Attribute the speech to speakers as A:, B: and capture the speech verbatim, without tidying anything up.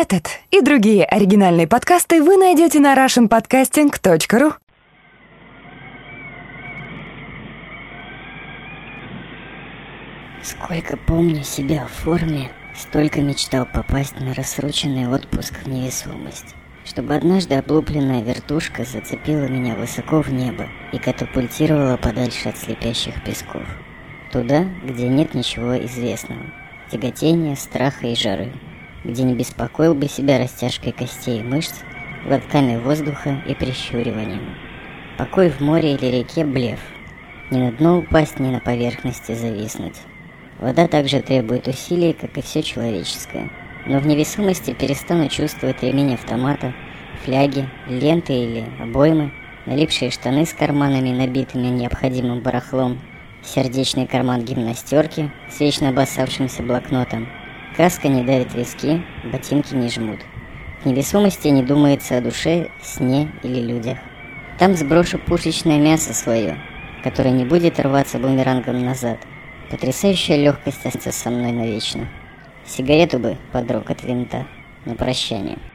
A: Этот и другие оригинальные подкасты вы найдете на рашн подкастинг точка ру.
B: Сколько помню себя в форме, столько мечтал попасть на рассроченный отпуск в невесомость, чтобы однажды облупленная вертушка зацепила меня высоко в небо и катапультировала подальше от слепящих песков. Туда, где нет ничего известного, тяготения, страха и жары, где не беспокоил бы себя растяжкой костей и мышц, глотками воздуха и прищуриванием. Покой в море или реке – блеф. Ни на дно упасть, ни на поверхности зависнуть. Вода также требует усилий, как и все человеческое. Но в невесомости перестану чувствовать ремень автомата, фляги, ленты или обоймы, налипшие штаны с карманами, набитыми необходимым барахлом, сердечный карман гимнастерки с вечно обоссавшимся блокнотом. Каска не давит виски, ботинки не жмут. В невесомости не думается о душе, сне или людях. Там сброшу пушечное мясо свое, которое не будет рваться бумерангом назад. Потрясающая легкость остается со мной навечно. Сигарету бы, подрог от винта, на прощание.